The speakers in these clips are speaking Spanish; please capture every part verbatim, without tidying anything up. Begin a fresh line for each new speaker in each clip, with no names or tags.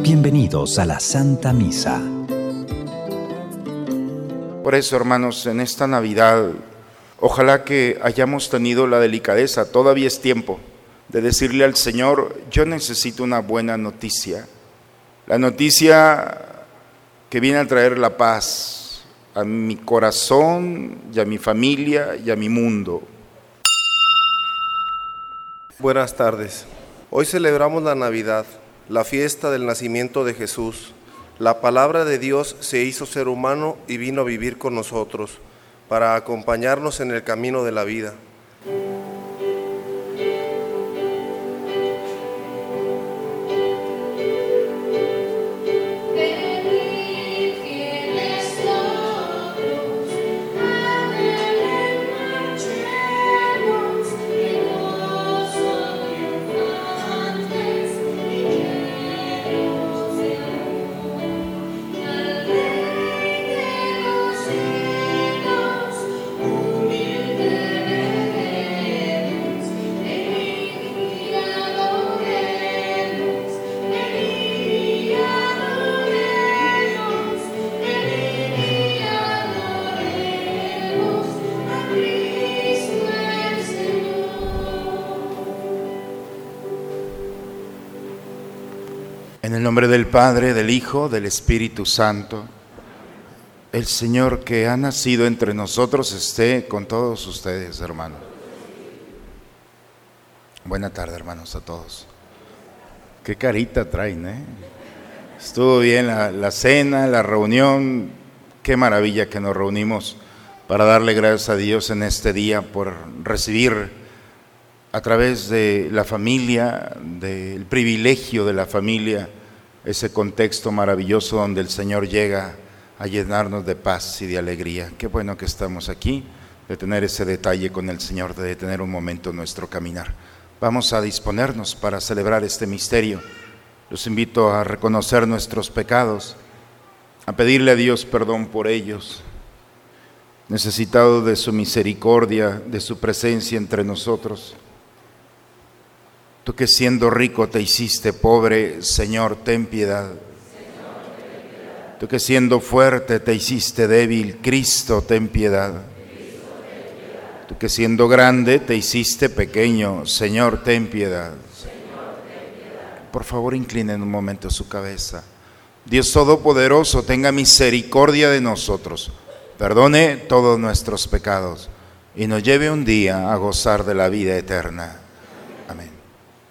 Bienvenidos a la Santa Misa.
Por eso, hermanos, en esta Navidad, ojalá que hayamos tenido la delicadeza, todavía es tiempo, de decirle al Señor: yo necesito una buena noticia. La noticia que viene a traer la paz a mi corazón y a mi familia y a mi mundo.
Buenas tardes. Hoy celebramos la Navidad, la fiesta del nacimiento de Jesús. La palabra de Dios se hizo ser humano y vino a vivir con nosotros para acompañarnos en el camino de la vida.
En el nombre del Padre, del Hijo, del Espíritu Santo, el Señor que ha nacido entre nosotros esté con todos ustedes, hermanos. Buena tarde, hermanos, a todos. Qué carita traen, ¿eh? Estuvo bien la, la cena, la reunión. Qué maravilla que nos reunimos para darle gracias a Dios en este día por recibir a través de la familia, del privilegio de la familia, ese contexto maravilloso donde el Señor llega a llenarnos de paz y de alegría. Qué bueno que estamos aquí, de tener ese detalle con el Señor, de tener un momento en nuestro caminar. Vamos a disponernos para celebrar este misterio. Los invito a reconocer nuestros pecados, a pedirle a Dios perdón por ellos, necesitado de su misericordia, de su presencia entre nosotros. Tú que siendo rico te hiciste pobre, Señor, ten piedad. Tú que siendo fuerte te hiciste débil, Cristo, ten piedad. Tú que siendo grande te hiciste pequeño, Señor, ten piedad. Por favor, inclinen un momento su cabeza. Dios Todopoderoso, tenga misericordia de nosotros, perdone todos nuestros pecados y nos lleve un día a gozar de la vida eterna. Amén.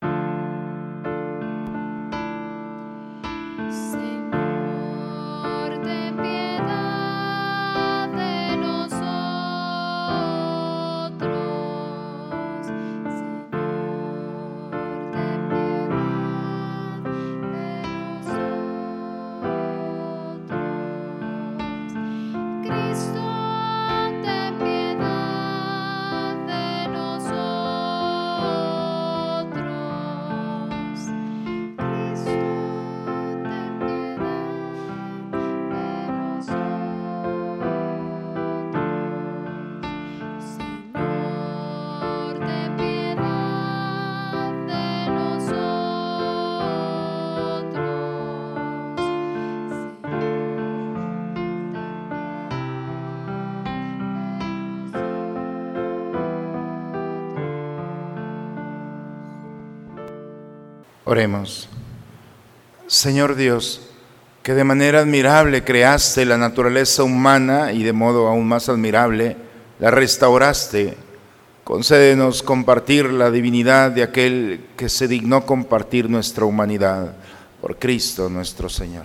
Oremos. Señor Dios, que de manera admirable creaste la naturaleza humana y de modo aún más admirable la restauraste, concédenos compartir la divinidad de aquel que se dignó compartir nuestra humanidad, por Cristo nuestro Señor.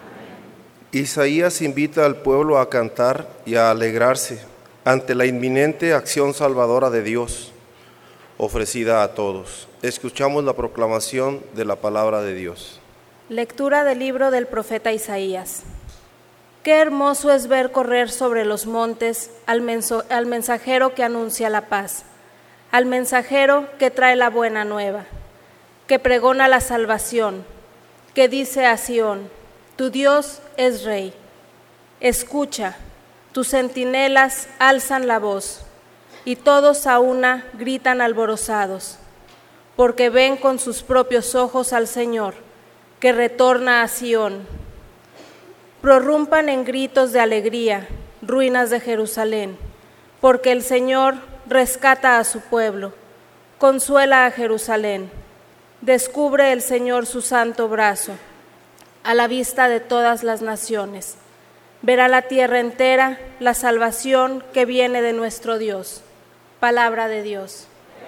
Isaías invita al pueblo a cantar y a alegrarse ante la inminente acción salvadora de Dios, ofrecida a todos. Escuchamos la proclamación de la palabra de Dios.
Lectura del libro del profeta Isaías. Qué hermoso es ver correr sobre los montes al, menso, al mensajero que anuncia la paz, al mensajero que trae la buena nueva, que pregona la salvación, que dice a Sión: tu Dios es Rey. Escucha, tus centinelas alzan la voz, y todos a una gritan alborozados, porque ven con sus propios ojos al Señor, que retorna a Sión. Prorrumpan en gritos de alegría, ruinas de Jerusalén, porque el Señor rescata a su pueblo, consuela a Jerusalén. Descubre el Señor su santo brazo a la vista de todas las naciones. Verá la tierra entera la salvación que viene de nuestro Dios. Palabra de Dios.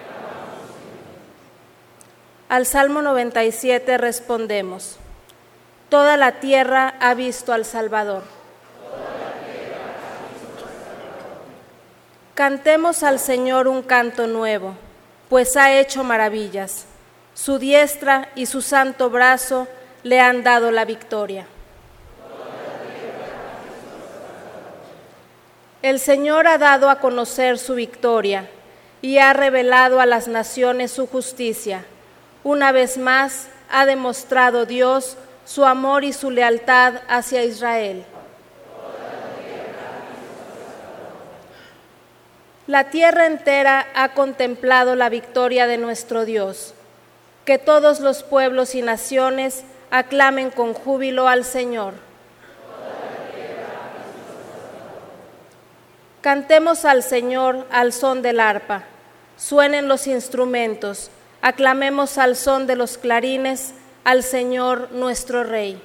Al Salmo noventa y siete respondemos: toda la tierra ha visto al Salvador. Cantemos al Señor un canto nuevo, pues ha hecho maravillas. Su diestra y su santo brazo le han dado la victoria. El Señor ha dado a conocer su victoria y ha revelado a las naciones su justicia. Una vez más ha demostrado Dios su amor y su lealtad hacia Israel. La tierra entera ha contemplado la victoria de nuestro Dios. Que todos los pueblos y naciones aclamen con júbilo al Señor. Cantemos al Señor al son del arpa. Suenen los instrumentos. Aclamemos al son de los clarines al Señor nuestro Rey.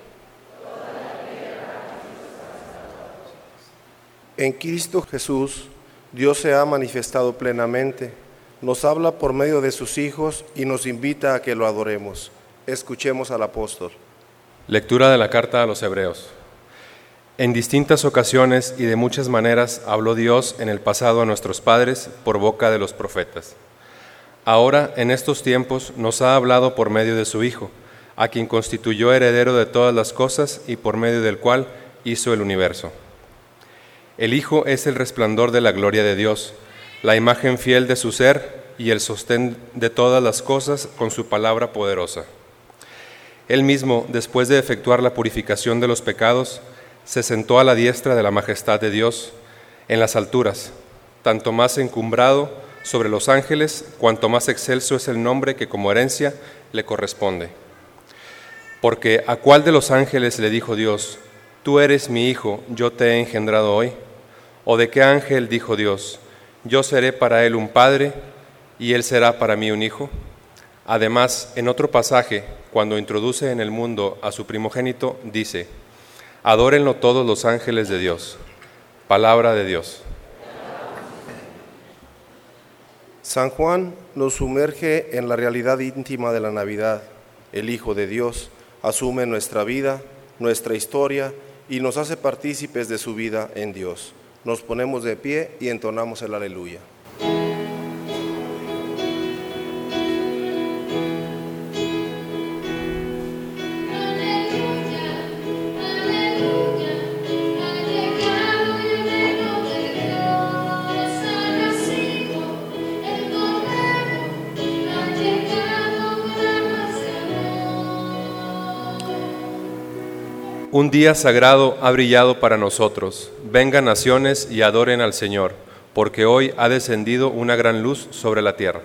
En Cristo Jesús, Dios se ha manifestado plenamente, nos habla por medio de sus hijos y nos invita a que lo adoremos. Escuchemos al apóstol.
Lectura de la carta a los Hebreos. En distintas ocasiones y de muchas maneras habló Dios en el pasado a nuestros padres por boca de los profetas. Ahora, en estos tiempos, nos ha hablado por medio de su Hijo, a quien constituyó heredero de todas las cosas y por medio del cual hizo el universo. El Hijo es el resplandor de la gloria de Dios, la imagen fiel de su ser y el sostén de todas las cosas con su palabra poderosa. Él mismo, después de efectuar la purificación de los pecados, se sentó a la diestra de la majestad de Dios en las alturas, tanto más encumbrado sobre los ángeles, cuanto más excelso es el nombre que como herencia le corresponde. Porque ¿a cuál de los ángeles le dijo Dios: tú eres mi hijo, yo te he engendrado hoy? ¿O de qué ángel dijo Dios: yo seré para él un padre y él será para mí un hijo? Además, en otro pasaje, cuando introduce en el mundo a su primogénito, dice: adórenlo todos los ángeles de Dios. Palabra de Dios.
San Juan nos sumerge en la realidad íntima de la Navidad. El Hijo de Dios asume nuestra vida, nuestra historia y nos hace partícipes de su vida en Dios. Nos ponemos de pie y entonamos el aleluya.
Un día sagrado ha brillado para nosotros. Vengan naciones y adoren al Señor, porque hoy ha descendido una gran luz sobre la tierra.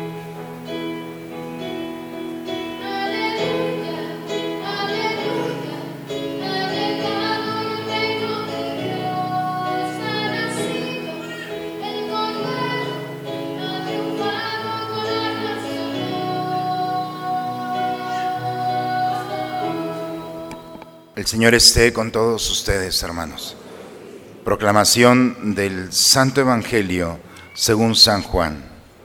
El Señor esté con todos ustedes, hermanos. Proclamación del Santo Evangelio según San Juan.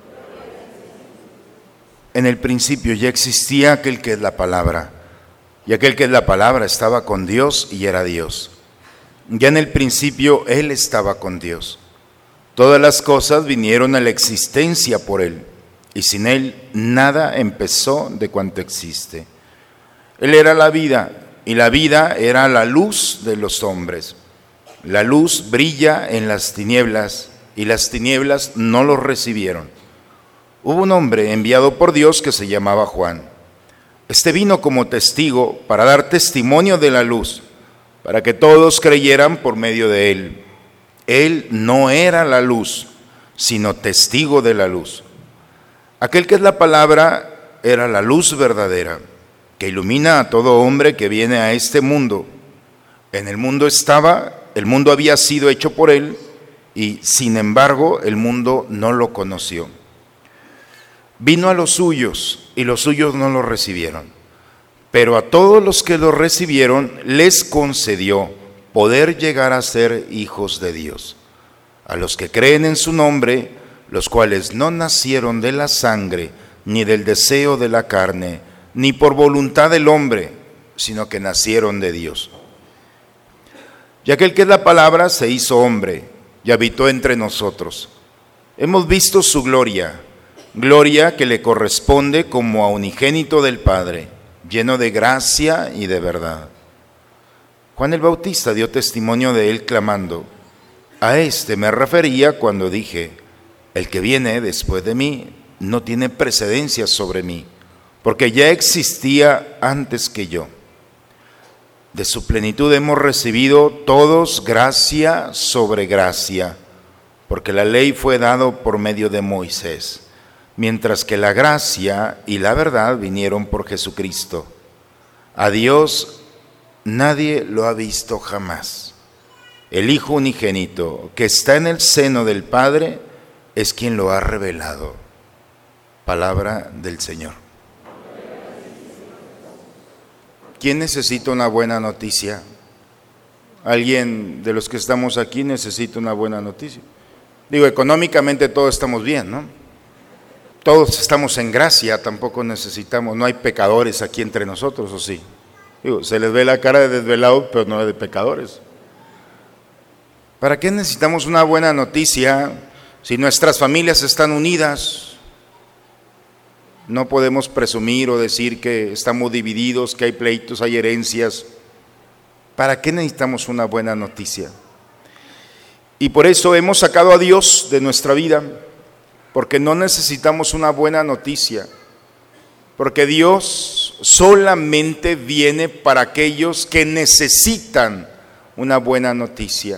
En el principio ya existía aquel que es la palabra, y aquel que es la palabra estaba con Dios y era Dios. Ya en el principio Él estaba con Dios. Todas las cosas vinieron a la existencia por Él, y sin Él nada empezó de cuanto existe. Él era la vida, y la vida era la luz de los hombres. La luz brilla en las tinieblas, y las tinieblas no lo recibieron. Hubo un hombre enviado por Dios que se llamaba Juan. Este vino como testigo para dar testimonio de la luz, para que todos creyeran por medio de él. Él no era la luz, sino testigo de la luz. Aquel que es la palabra era la luz verdadera, que ilumina a todo hombre que viene a este mundo. En el mundo estaba, el mundo había sido hecho por él, y sin embargo el mundo no lo conoció. Vino a los suyos, y los suyos no lo recibieron. Pero a todos los que lo recibieron les concedió poder llegar a ser hijos de Dios, a los que creen en su nombre, los cuales no nacieron de la sangre, ni del deseo de la carne, ni por voluntad del hombre, sino que nacieron de Dios. Y aquel que es la palabra se hizo hombre y habitó entre nosotros. Hemos visto su gloria, gloria que le corresponde como a unigénito del Padre, lleno de gracia y de verdad. Juan el Bautista dio testimonio de él clamando: a este me refería cuando dije, el que viene después de mí no tiene precedencia sobre mí, porque ya existía antes que yo. De su plenitud hemos recibido todos gracia sobre gracia, porque la ley fue dada por medio de Moisés, mientras que la gracia y la verdad vinieron por Jesucristo. A Dios nadie lo ha visto jamás. El Hijo unigénito que está en el seno del Padre es quien lo ha revelado. Palabra del Señor. ¿Quién necesita una buena noticia? ¿Alguien de los que estamos aquí necesita una buena noticia? Digo, económicamente todos estamos bien, ¿no? Todos estamos en gracia, tampoco necesitamos, no hay pecadores aquí entre nosotros, ¿o sí? Digo, se les ve la cara de desvelados, pero no de pecadores. ¿Para qué necesitamos una buena noticia si nuestras familias están unidas? No podemos presumir o decir que estamos divididos, que hay pleitos, hay herencias. ¿Para qué necesitamos una buena noticia? Y por eso hemos sacado a Dios de nuestra vida, porque no necesitamos una buena noticia, porque Dios solamente viene para aquellos que necesitan una buena noticia.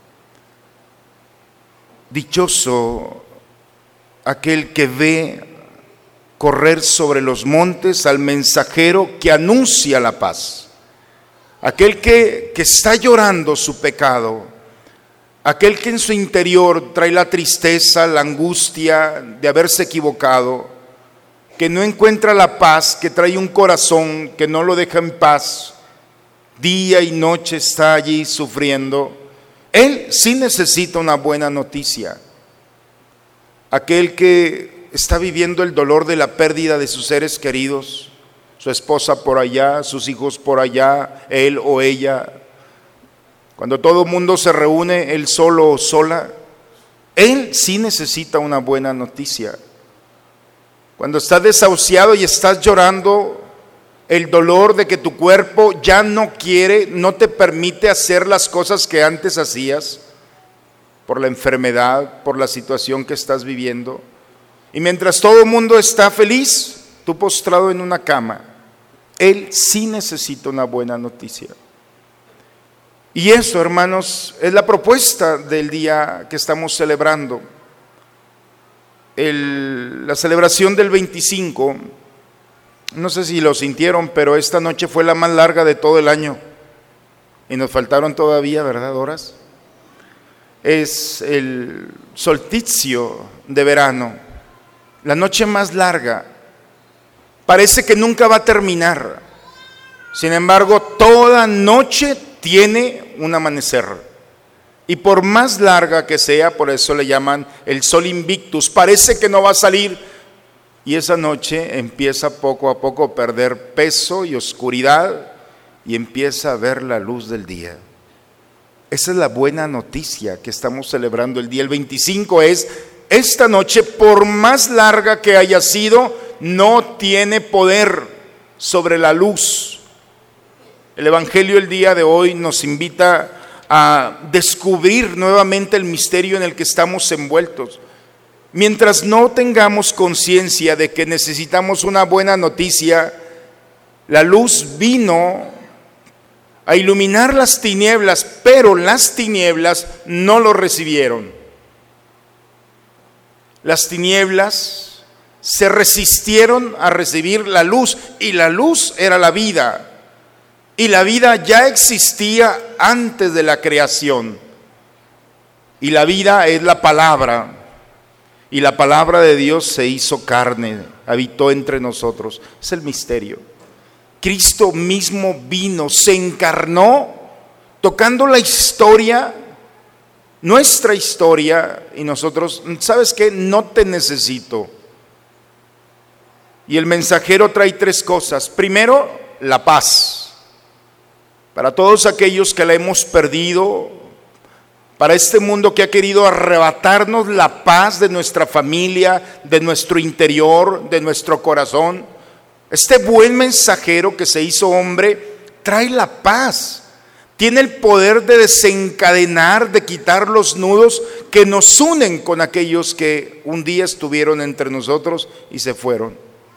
Dichoso aquel que ve correr sobre los montes al mensajero que anuncia la paz, aquel que, que está llorando su pecado, aquel que en su interior trae la tristeza, la angustia de haberse equivocado, que no encuentra la paz, que trae un corazón que no lo deja en paz, día y noche está allí sufriendo. Él sí necesita una buena noticia. Aquel que está viviendo el dolor de la pérdida de sus seres queridos, su esposa por allá, sus hijos por allá, él o ella. Cuando todo el mundo se reúne, él solo o sola, él sí necesita una buena noticia. Cuando estás desahuciado y estás llorando el dolor de que tu cuerpo ya no quiere, no te permite hacer las cosas que antes hacías, por la enfermedad, por la situación que estás viviendo. Y mientras todo el mundo está feliz, tú postrado en una cama, él sí necesita una buena noticia. Y eso, hermanos, es la propuesta del día que estamos celebrando. El, la celebración del veinticinco, no sé si lo sintieron, pero esta noche fue la más larga de todo el año. Y nos faltaron todavía, ¿verdad?, horas. Es el solsticio de verano, la noche más larga. Parece que nunca va a terminar. Sin embargo, toda noche tiene un amanecer. Y por más larga que sea, por eso le llaman el sol invictus, parece que no va a salir. Y esa noche empieza poco a poco a perder peso y oscuridad y empieza a ver la luz del día. Esa es la buena noticia que estamos celebrando el día. El veinticinco es, esta noche, por más larga que haya sido, no tiene poder sobre la luz. El Evangelio el día de hoy nos invita a descubrir nuevamente el misterio en el que estamos envueltos. Mientras no tengamos conciencia de que necesitamos una buena noticia, la luz vino a iluminar las tinieblas, pero las tinieblas no lo recibieron. Las tinieblas se resistieron a recibir la luz, y la luz era la vida. Y la vida ya existía antes de la creación. Y la vida es la palabra. Y la palabra de Dios se hizo carne, habitó entre nosotros. Es el misterio. Cristo mismo vino, se encarnó, tocando la historia, nuestra historia, y nosotros, ¿sabes qué? No te necesito. Y el mensajero trae tres cosas. Primero, la paz. Para todos aquellos que la hemos perdido, para este mundo que ha querido arrebatarnos la paz de nuestra familia, de nuestro interior, de nuestro corazón, este buen mensajero que se hizo hombre trae la paz. Tiene el poder de desencadenar, de quitar los nudos que nos unen con aquellos que un día estuvieron entre nosotros y se fueron.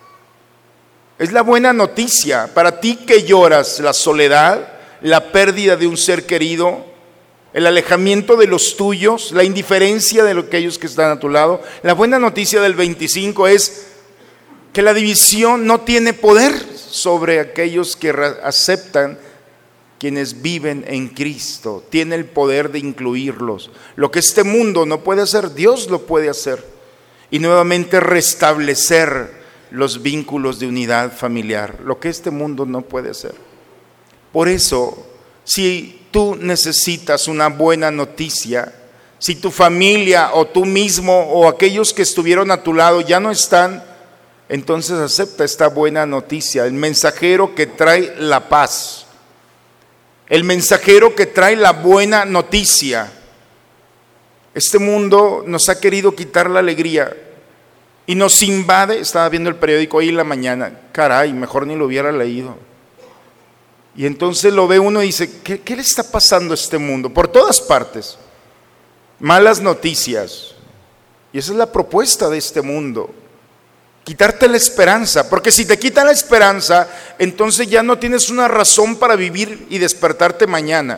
Es la buena noticia para ti que lloras la soledad, la pérdida de un ser querido, el alejamiento de los tuyos, la indiferencia de aquellos que están a tu lado. La buena noticia del veinticinco es que la división no tiene poder sobre aquellos que aceptan, quienes viven en Cristo. Tiene el poder de incluirlos. Lo que este mundo no puede hacer, Dios lo puede hacer. Y nuevamente restablecer los vínculos de unidad familiar, lo que este mundo no puede hacer. Por eso, si tú necesitas una buena noticia, si tu familia o tú mismo o aquellos que estuvieron a tu lado ya no están, entonces acepta esta buena noticia, el mensajero que trae la paz, el mensajero que trae la buena noticia. Este mundo nos ha querido quitar la alegría y nos invade. Estaba viendo el periódico hoy en la mañana, caray, mejor ni lo hubiera leído. Y entonces lo ve uno y dice, ¿qué, qué le está pasando a este mundo? Por todas partes, malas noticias. Y esa es la propuesta de este mundo, quitarte la esperanza, porque si te quitan la esperanza, entonces ya no tienes una razón para vivir y despertarte mañana.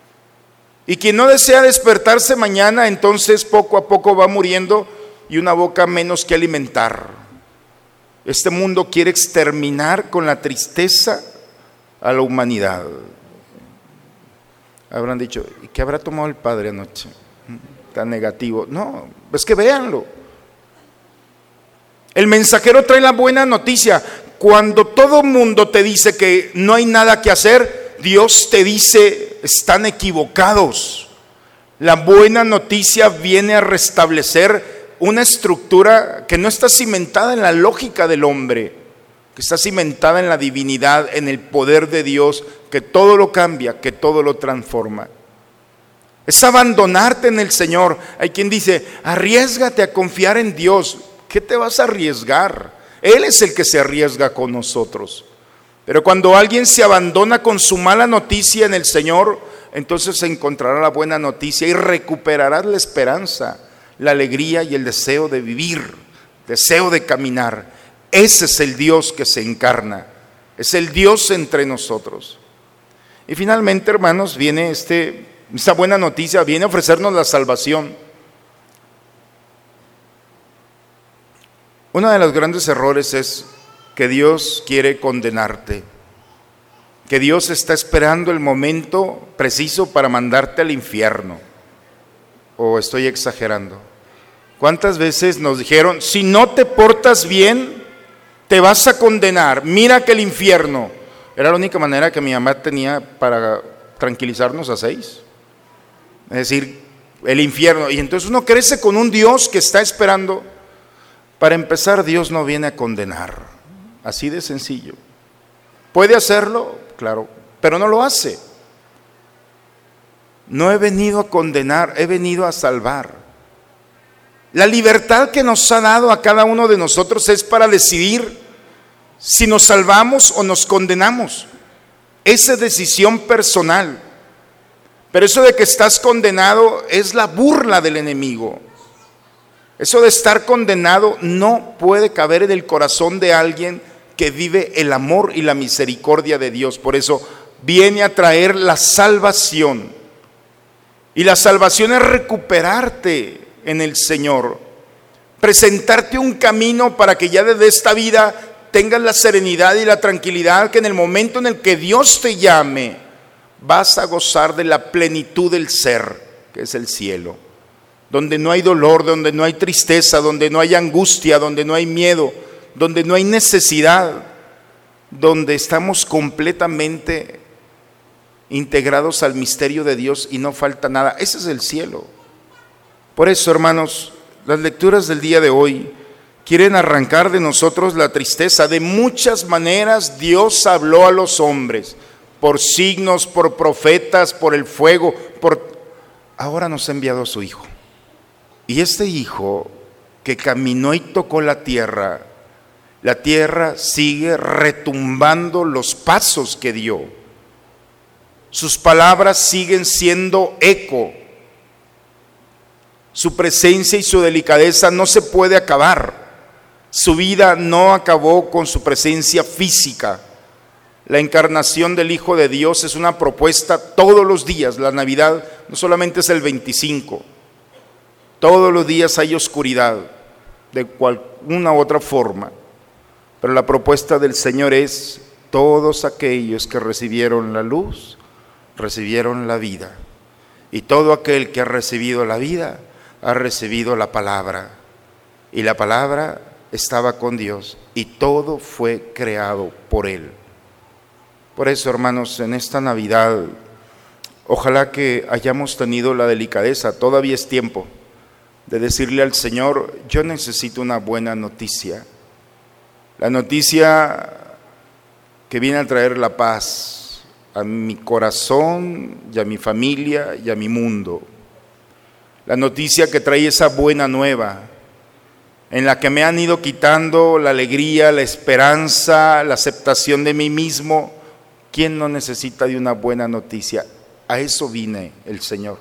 Y quien no desea despertarse mañana, entonces poco a poco va muriendo y una boca menos que alimentar. Este mundo quiere exterminar con la tristeza a la humanidad. Habrán dicho, ¿y qué habrá tomado el Padre anoche? Tan negativo. No, es que véanlo. El mensajero trae la buena noticia. Cuando todo mundo te dice que no hay nada que hacer, Dios te dice, están equivocados. La buena noticia viene a restablecer una estructura que no está cimentada en la lógica del hombre, que está cimentada en la divinidad, en el poder de Dios, que todo lo cambia, que todo lo transforma. Es abandonarte en el Señor. Hay quien dice, arriésgate a confiar en Dios. ¿Qué te vas a arriesgar? Él es el que se arriesga con nosotros. Pero cuando alguien se abandona con su mala noticia en el Señor, entonces encontrará la buena noticia y recuperará la esperanza, la alegría y el deseo de vivir, deseo de caminar. Ese es el Dios que se encarna, es el Dios entre nosotros. Y finalmente, hermanos, viene este, esta buena noticia, viene a ofrecernos la salvación. Uno de los grandes errores es que Dios quiere condenarte, que Dios está esperando el momento preciso para mandarte al infierno. ¿O estoy exagerando? ¿Cuántas veces nos dijeron, si no te portas bien, te vas a condenar? Mira que el infierno. Era la única manera que mi mamá tenía para tranquilizarnos a seis. Es decir, el infierno. Y entonces uno crece con un Dios que está esperando. Para empezar, Dios no viene a condenar. Así de sencillo. ¿Puede hacerlo? Claro, pero no lo hace. No he venido a condenar, he venido a salvar. La libertad que nos ha dado a cada uno de nosotros es para decidir si nos salvamos o nos condenamos. Esa es decisión personal. Pero eso de que estás condenado es la burla del enemigo. Eso de estar condenado no puede caber en el corazón de alguien que vive el amor y la misericordia de Dios. Por eso viene a traer la salvación. Y la salvación es recuperarte en el Señor. presentarte un camino para que ya desde esta vida tengas la serenidad y la tranquilidad que en el momento en el que Dios te llame, vas a gozar de la plenitud del ser, que es el cielo, donde no hay dolor, donde no hay tristeza, donde no hay angustia, donde no hay miedo, donde no hay necesidad, donde estamos completamente integrados al misterio de Dios y no falta nada. Ese es el cielo. Por eso, hermanos, las lecturas del día de hoy quieren arrancar de nosotros la tristeza. De muchas maneras Dios habló a los hombres, por signos, por profetas, por el fuego, por... ahora nos ha enviado a su Hijo. Y este Hijo que caminó y tocó la tierra, la tierra sigue retumbando los pasos que dio. Sus palabras siguen siendo eco. Su presencia y su delicadeza no se puede acabar. Su vida no acabó con su presencia física. La encarnación del Hijo de Dios es una propuesta todos los días. La Navidad no solamente es el veinticinco. Todos los días hay oscuridad de cual, una u otra forma. Pero la propuesta del Señor es: todos aquellos que recibieron la luz, recibieron la vida. Y todo aquel que ha recibido la vida, ha recibido la palabra. Y la palabra estaba con Dios y todo fue creado por Él. Por eso, hermanos, en esta Navidad, ojalá que hayamos tenido la delicadeza, todavía es tiempo, de decirle al Señor: yo necesito una buena noticia. La noticia que viene a traer la paz a mi corazón y a mi familia y a mi mundo. La noticia que trae esa buena nueva, en la que me han ido quitando la alegría, la esperanza, la aceptación de mí mismo. ¿Quién no necesita de una buena noticia? A eso viene el Señor.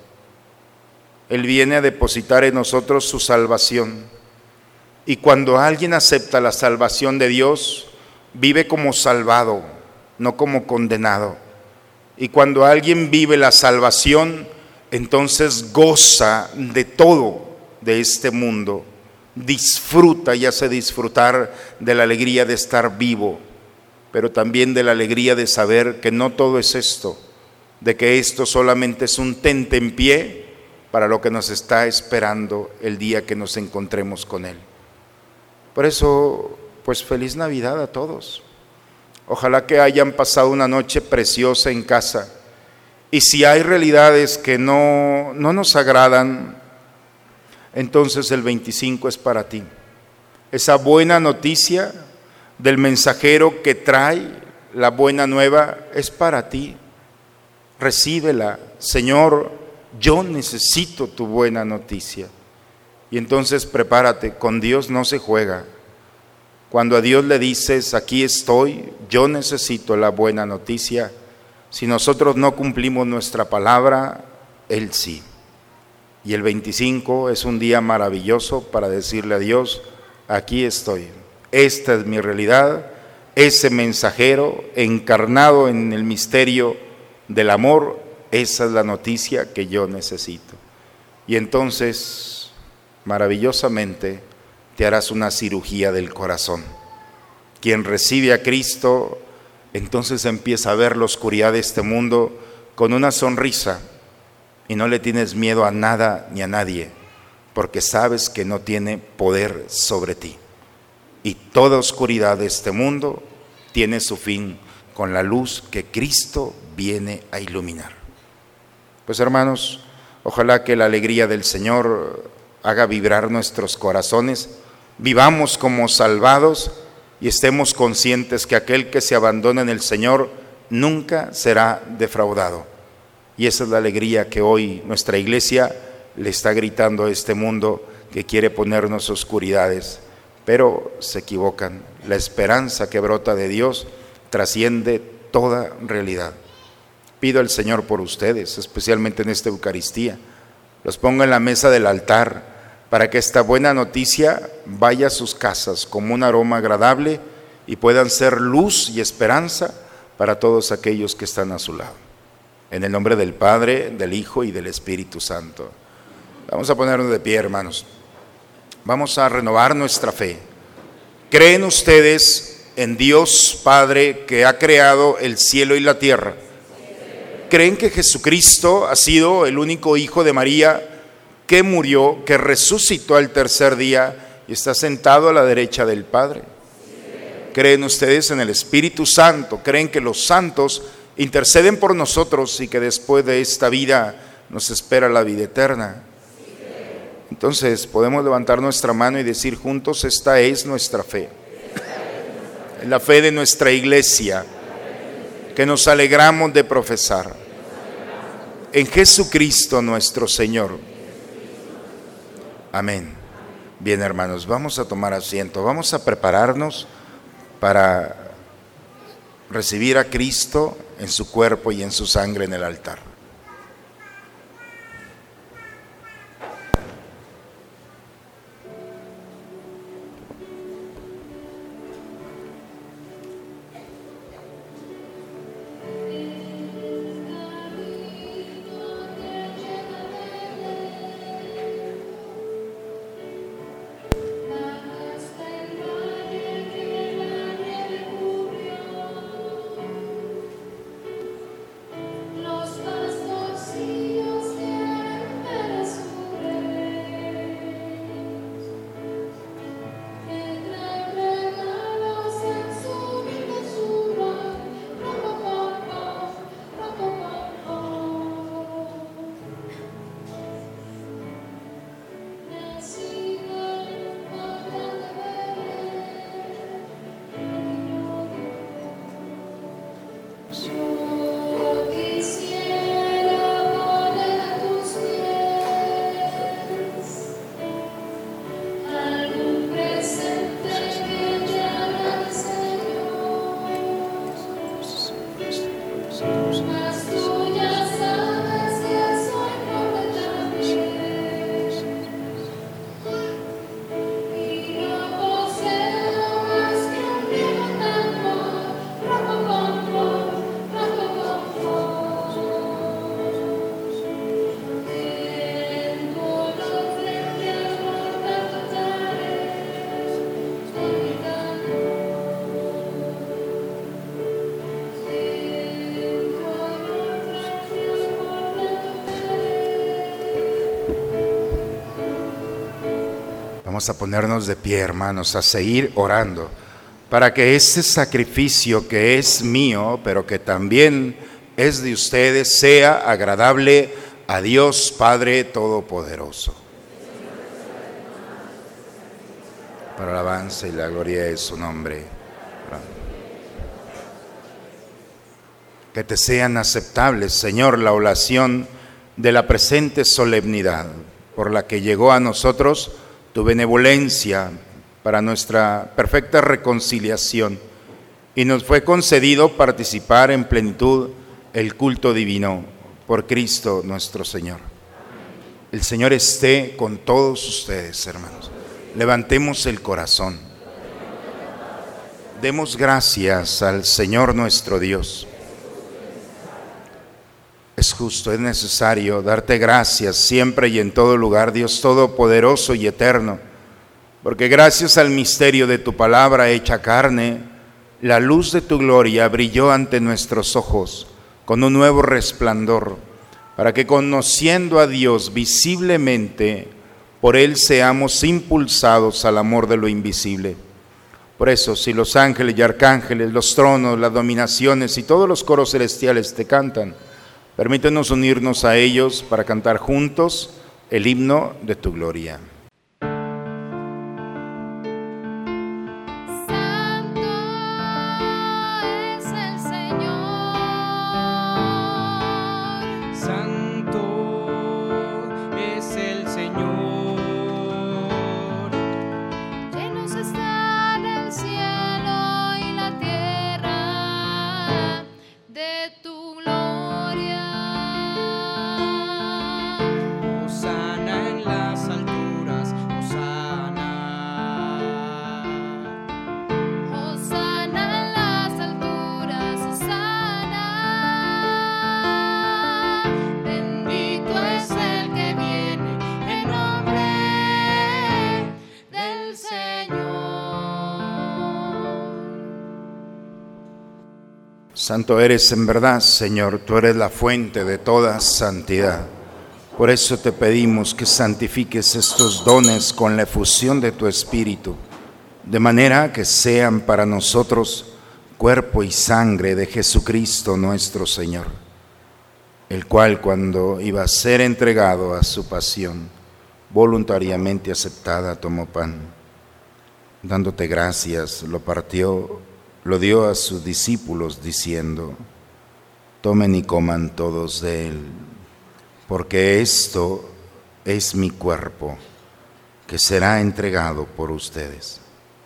Él viene a depositar en nosotros su salvación. Y cuando alguien acepta la salvación de Dios, vive como salvado, no como condenado. Y cuando alguien vive la salvación, entonces goza de todo de este mundo. Disfruta y hace disfrutar de la alegría de estar vivo, pero también de la alegría de saber que no todo es esto, de que esto solamente es un tentempié para lo que nos está esperando el día que nos encontremos con Él. Por eso, pues feliz Navidad a todos. Ojalá que hayan pasado una noche preciosa en casa. Y si hay realidades que no, no nos agradan, entonces el veinticinco es para ti. Esa buena noticia del mensajero que trae la buena nueva es para ti. Recíbela. Señor, yo necesito tu buena noticia. Y entonces prepárate, con Dios no se juega. Cuando a Dios le dices: aquí estoy, yo necesito la buena noticia, si nosotros no cumplimos nuestra palabra, Él sí. Y el veinticinco es un día maravilloso para decirle a Dios: aquí estoy, esta es mi realidad, ese mensajero encarnado en el misterio del amor, esa es la noticia que yo necesito. Y entonces, maravillosamente, te harás una cirugía del corazón. Quien recibe a Cristo, entonces empieza a ver la oscuridad de este mundo con una sonrisa y no le tienes miedo a nada ni a nadie, porque sabes que no tiene poder sobre ti. Y toda oscuridad de este mundo tiene su fin con la luz que Cristo viene a iluminar. Pues hermanos, ojalá que la alegría del Señor haga vibrar nuestros corazones, vivamos como salvados y estemos conscientes que aquel que se abandona en el Señor nunca será defraudado. Y esa es la alegría que hoy nuestra iglesia le está gritando a este mundo que quiere ponernos oscuridades, pero se equivocan. La esperanza que brota de Dios trasciende toda realidad. Pido al Señor por ustedes, especialmente en esta Eucaristía. Los pongo en la mesa del altar para que esta buena noticia vaya a sus casas como un aroma agradable y puedan ser luz y esperanza para todos aquellos que están a su lado. En el nombre del Padre, del Hijo y del Espíritu Santo. Vamos a ponernos de pie, hermanos. Vamos a renovar nuestra fe. ¿Creen ustedes en Dios Padre que ha creado el cielo y la tierra? ¿Creen que Jesucristo ha sido el único Hijo de María que murió, que resucitó al tercer día y está sentado a la derecha del Padre? ¿Creen ustedes en el Espíritu Santo? ¿Creen que los santos interceden por nosotros y que después de esta vida nos espera la vida eterna? Entonces podemos levantar nuestra mano y decir juntos: esta es nuestra fe, la fe de nuestra iglesia, que nos alegramos de profesar en Jesucristo nuestro Señor. Amén. Bien, hermanos, vamos a tomar asiento, vamos a prepararnos para recibir a Cristo en su cuerpo y en su sangre en el altar. Vamos a ponernos de pie, hermanos, a seguir orando para que este sacrificio que es mío, pero que también es de ustedes, sea agradable a Dios Padre Todopoderoso. Para la alabanza y la gloria de su nombre. Que te sean aceptables, Señor, la oración de la presente solemnidad, por la que llegó a nosotros tu benevolencia para nuestra perfecta reconciliación, y nos fue concedido participar en plenitud el culto divino por Cristo nuestro Señor. El Señor esté con todos ustedes, hermanos. Levantemos el corazón. Demos gracias al Señor nuestro Dios. Es justo, es necesario darte gracias siempre y en todo lugar, Dios Todopoderoso y Eterno, porque gracias al misterio de tu palabra hecha carne, la luz de tu gloria brilló ante nuestros ojos con un nuevo resplandor, para que conociendo a Dios visiblemente, por Él seamos impulsados al amor de lo invisible. Por eso, si los ángeles y arcángeles, los tronos, las dominaciones y todos los coros celestiales te cantan, permítenos unirnos a ellos para cantar juntos el himno de tu gloria.
Hosana en las alturas.
Santo eres en verdad, Señor, tú eres la fuente de toda santidad. Por eso te pedimos que santifiques estos dones con la efusión de tu Espíritu, de manera que sean para nosotros cuerpo y sangre de Jesucristo nuestro Señor, el cual cuando iba a ser entregado a su pasión, voluntariamente aceptada, tomó pan. Dándote gracias, lo partió, lo dio a sus discípulos diciendo: tomen y coman todos de él, porque esto es mi cuerpo, que será entregado por ustedes.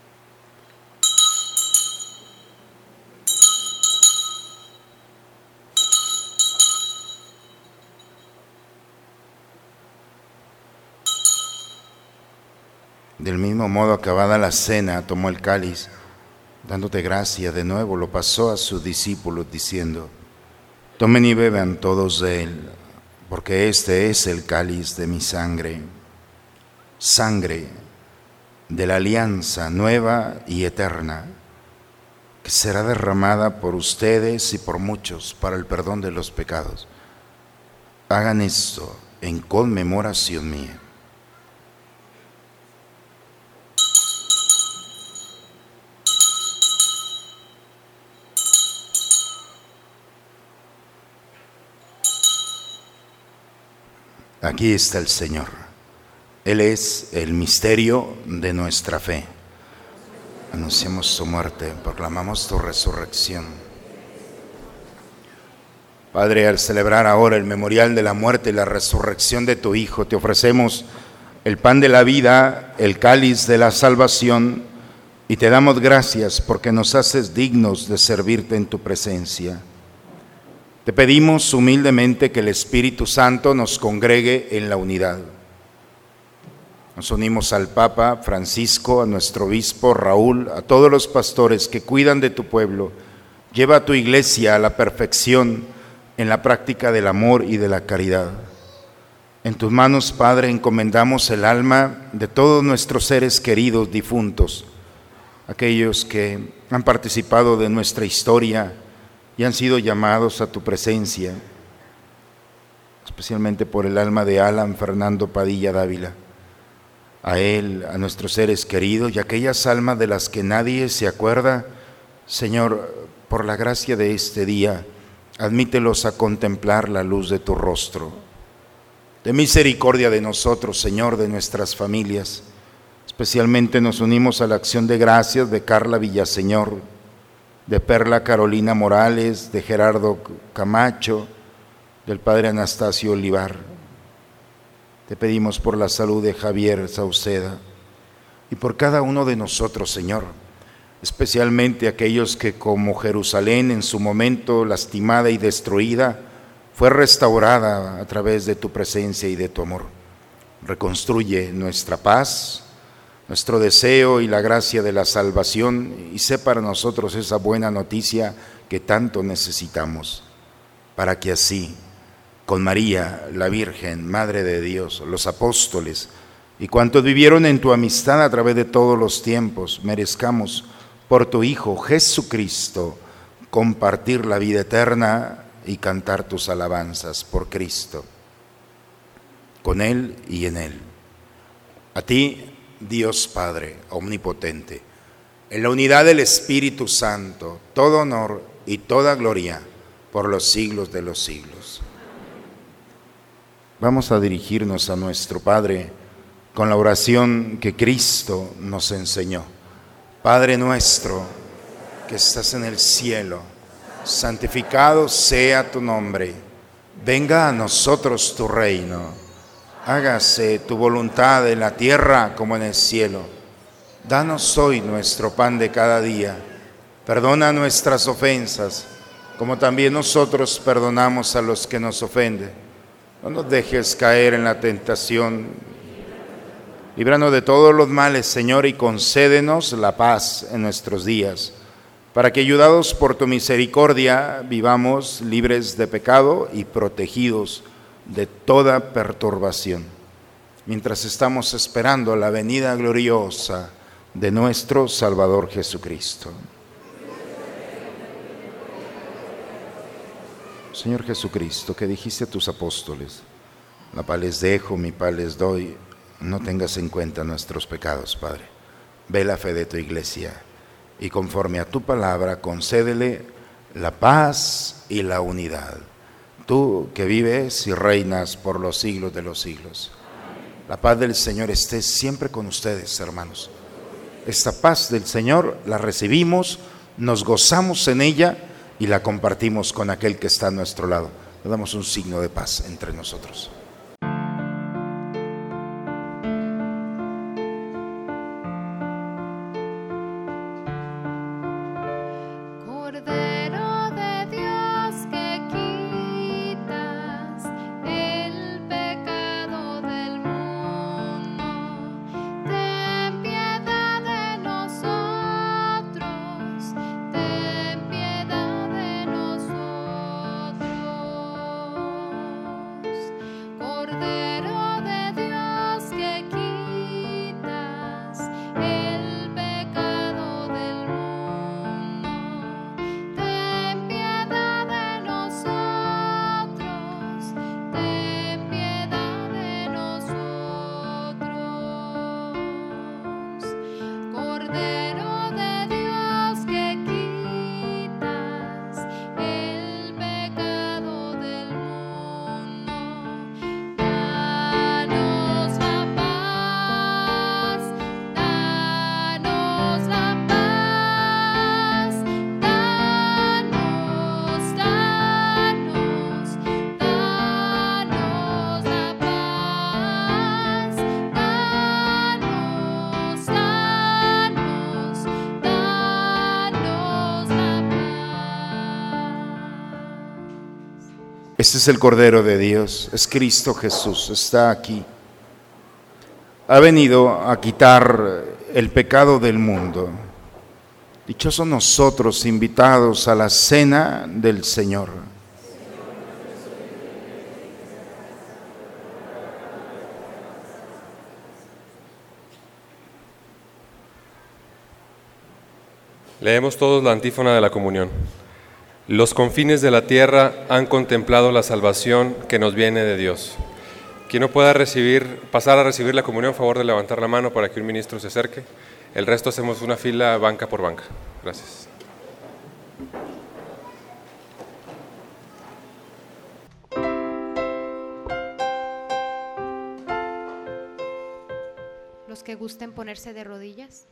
Del mismo modo, acabada la cena, tomó el cáliz, dándote gracias de nuevo, lo pasó a sus discípulos diciendo: tomen y beban todos de él, porque este es el cáliz de mi sangre, sangre de la alianza nueva y eterna, que será derramada por ustedes y por muchos para el perdón de los pecados. Hagan esto en conmemoración mía. Aquí está el Señor. Él es el misterio de nuestra fe. Anunciamos su muerte, proclamamos tu resurrección. Padre, al celebrar ahora el memorial de la muerte y la resurrección de tu Hijo, te ofrecemos el pan de la vida, el cáliz de la salvación, y te damos gracias porque nos haces dignos de servirte en tu presencia. Te pedimos humildemente que el Espíritu Santo nos congregue en la unidad. Nos unimos al Papa Francisco, a nuestro obispo Raúl, a todos los pastores que cuidan de tu pueblo. Lleva a tu iglesia a la perfección en la práctica del amor y de la caridad. En tus manos, Padre, encomendamos el alma de todos nuestros seres queridos difuntos, aquellos que han participado de nuestra historia y han sido llamados a tu presencia, especialmente por el alma de Alan Fernando Padilla Dávila. A él, a nuestros seres queridos y aquellas almas de las que nadie se acuerda, Señor, por la gracia de este día, admítelos a contemplar la luz de tu rostro. Ten misericordia de nosotros, Señor, de nuestras familias. Especialmente nos unimos a la acción de gracias de Carla Villaseñor, de Perla Carolina Morales, de Gerardo Camacho, del Padre Anastasio Olivar. Te pedimos por la salud de Javier Sauceda y por cada uno de nosotros, Señor, especialmente aquellos que, como Jerusalén en su momento lastimada y destruida, fue restaurada a través de tu presencia y de tu amor. Reconstruye nuestra paz, nuestro deseo y la gracia de la salvación, y sé para nosotros esa buena noticia que tanto necesitamos, para que así, con María, la Virgen, Madre de Dios, los apóstoles y cuantos vivieron en tu amistad a través de todos los tiempos, merezcamos por tu Hijo Jesucristo compartir la vida eterna y cantar tus alabanzas por Cristo, con Él y en Él. A ti, Dios Padre omnipotente, en la unidad del Espíritu Santo, todo honor y toda gloria por los siglos de los siglos. Vamos a dirigirnos a nuestro Padre con la oración que Cristo nos enseñó. Padre nuestro, que estás en el cielo, santificado sea tu nombre. Venga a nosotros tu reino. Hágase tu voluntad en la tierra como en el cielo. Danos hoy nuestro pan de cada día. Perdona nuestras ofensas, como también nosotros perdonamos a los que nos ofenden. No nos dejes caer en la tentación. Líbranos de todos los males, Señor, y concédenos la paz en nuestros días, para que, ayudados por tu misericordia, vivamos libres de pecado y protegidos de toda perturbación, mientras estamos esperando la venida gloriosa de nuestro Salvador Jesucristo. Señor Jesucristo, que dijiste a tus apóstoles, la paz les dejo, mi paz les doy, no tengas en cuenta nuestros pecados, Padre. Ve la fe de tu iglesia y conforme a tu palabra concédele la paz y la unidad. Tú que vives y reinas por los siglos de los siglos. La paz del Señor esté siempre con ustedes, hermanos. Esta paz del Señor la recibimos, nos gozamos en ella y la compartimos con aquel que está a nuestro lado. Le damos un signo de paz entre nosotros. Este es el Cordero de Dios, es Cristo Jesús, está aquí. Ha venido a quitar el pecado del mundo. Dichosos nosotros invitados a la cena del Señor.
Leemos todos la antífona de la comunión. Los confines de la tierra han contemplado la salvación que nos viene de Dios. Quien no pueda recibir, pasar a recibir la comunión, a favor de levantar la mano para que un ministro se acerque. El resto hacemos una fila banca por banca. Gracias.
Los que gusten ponerse de rodillas.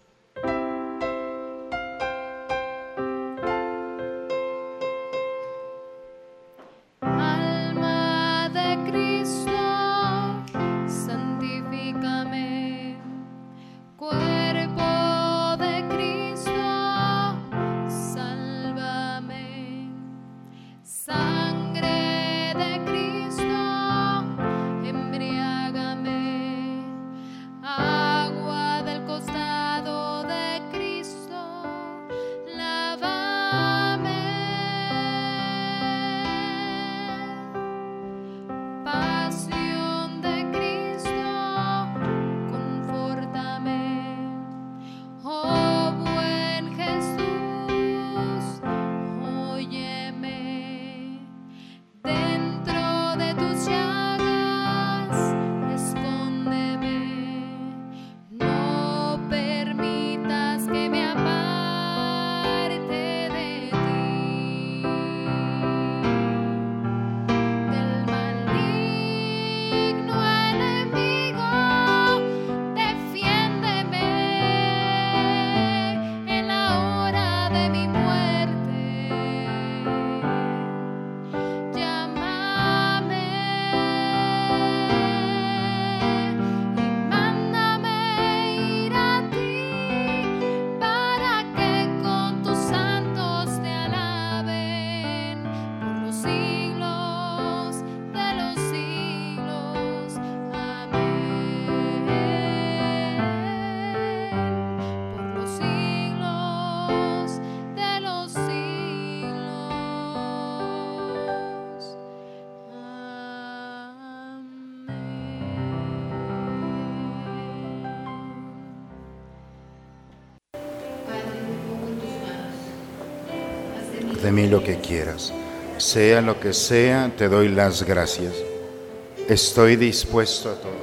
De mí lo que quieras, Sea lo que sea, te doy las gracias. Estoy dispuesto a todo.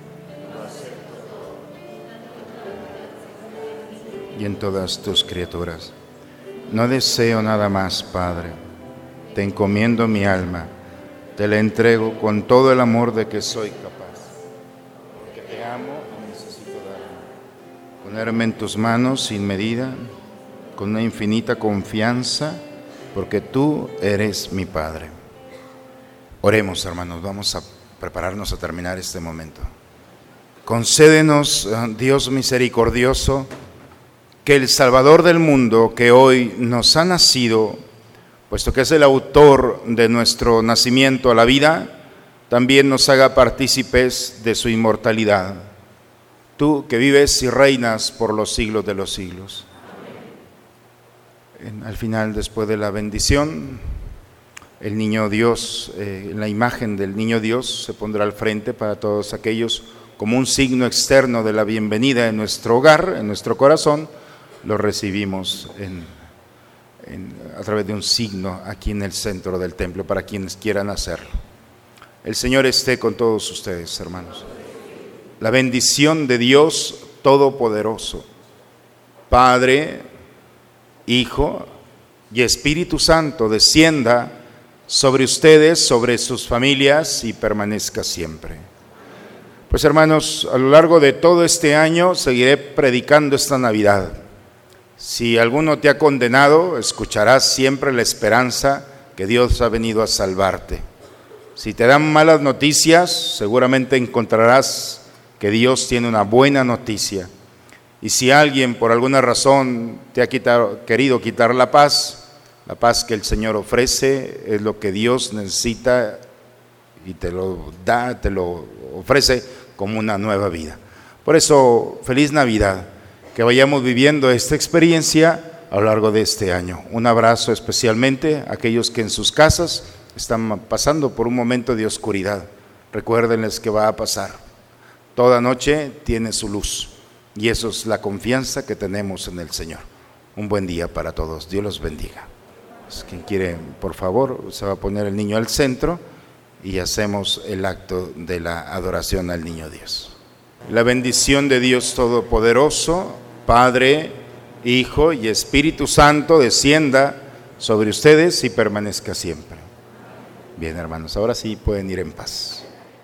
Y en todas tus criaturas. No deseo nada más, Padre. Te encomiendo mi alma. Te la entrego con todo el amor de que soy capaz. Porque te amo y necesito darme. Ponerme en tus manos sin medida, con una infinita confianza, porque tú eres mi Padre. Oremos, hermanos, vamos a prepararnos a terminar este momento. Concédenos, Dios misericordioso, que el Salvador del mundo que hoy nos ha nacido, puesto que es el autor de nuestro nacimiento a la vida, también nos haga partícipes de su inmortalidad. Tú que vives y reinas por los siglos de los siglos. En, al final, después de la bendición, el niño Dios, eh, la imagen del niño Dios se pondrá al frente para todos aquellos como un signo externo de la bienvenida en nuestro hogar, en nuestro corazón. Lo recibimos en, en, a través de un signo aquí en el centro del templo para quienes quieran hacerlo. El Señor esté con todos ustedes, hermanos. La bendición de Dios Todopoderoso, Padre, Hijo y Espíritu Santo, descienda sobre ustedes, sobre sus familias y permanezca siempre. Pues, hermanos, a lo largo de todo este año seguiré predicando esta Navidad. Si alguno te ha condenado, escucharás siempre la esperanza que Dios ha venido a salvarte. Si te dan malas noticias, seguramente encontrarás que Dios tiene una buena noticia. Y si alguien por alguna razón te ha quitado, querido quitar la paz, la paz que el Señor ofrece es lo que Dios necesita y te lo da, te lo ofrece como una nueva vida. Por eso, feliz Navidad. Que vayamos viviendo esta experiencia a lo largo de este año. Un abrazo especialmente a aquellos que en sus casas están pasando por un momento de oscuridad. Recuérdenles que va a pasar. Toda noche tiene su luz y eso es la confianza que tenemos en el Señor. Un buen día para todos. Dios los bendiga. Pues, quien quiere, por favor, se va a poner el niño al centro y hacemos el acto de la adoración al niño Dios. La bendición de Dios Todopoderoso, Padre, Hijo y Espíritu Santo descienda sobre ustedes y permanezca siempre. Bien, hermanos, ahora sí pueden ir en paz.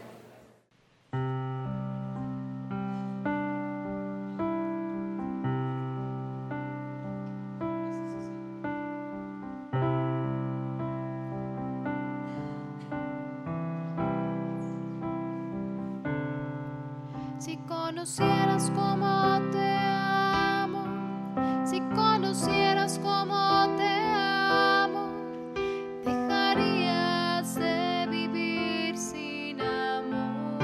Si conocieras cómo te amo, si conocieras cómo te amo, dejarías de vivir sin amor.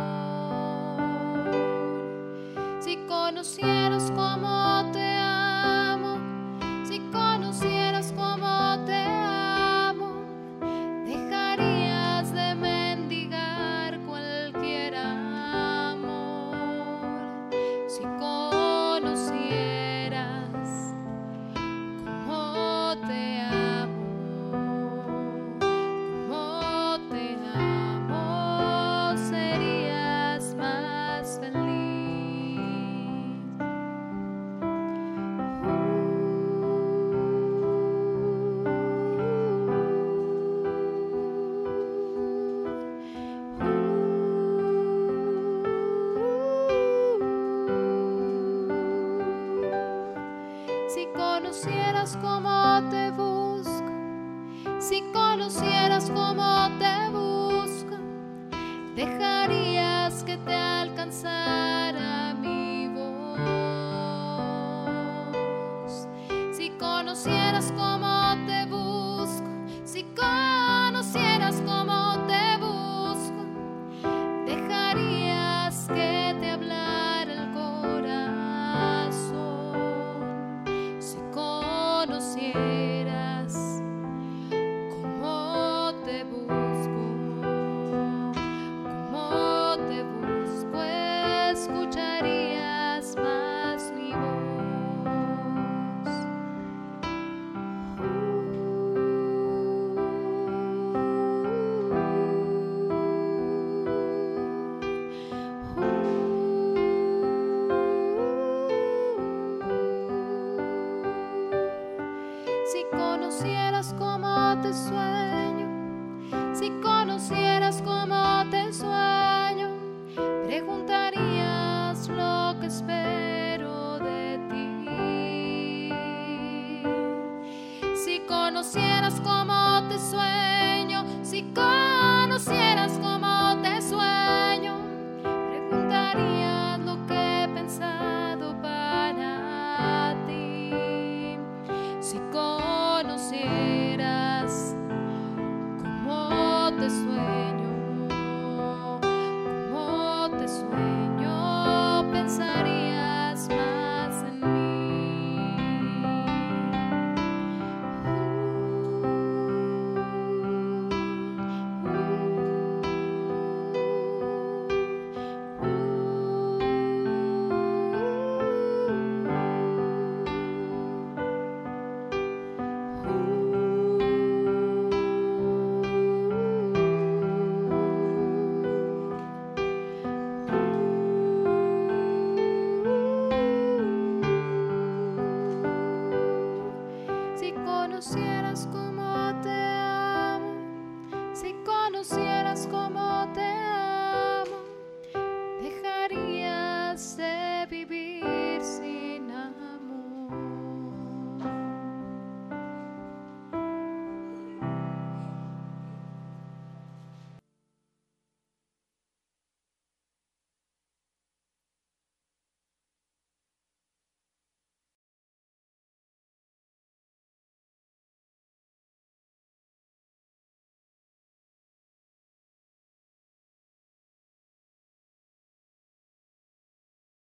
Si conocieras cómo te amo, si conocieras cómo te amo, dejarías de mendigar cualquier amor. Si conocieras cómo te amo, cómo te amo, serías más feliz. Si conocieras cómo te busco, si conocieras cómo te busco, dejarías que te alcanzara mi voz. Si conocieras cómo te busco, si conocieras cómo te busco, dejarías que te hablara el corazón. Si conocieras cómo te busco, cómo te busco, escucharías más mi voz. Si conocieras cómo te sueño, si conocieras cómo te sueño, preguntarías lo que espero de ti. Si conocieras cómo te sueño, si conocieras cómo te sueño, preguntarías lo que he pensado para ti. Si conocieras cómo te sueño, cómo te sueño, pensarías más en mí. Si conocieras cómo te amo, si conocieras cómo te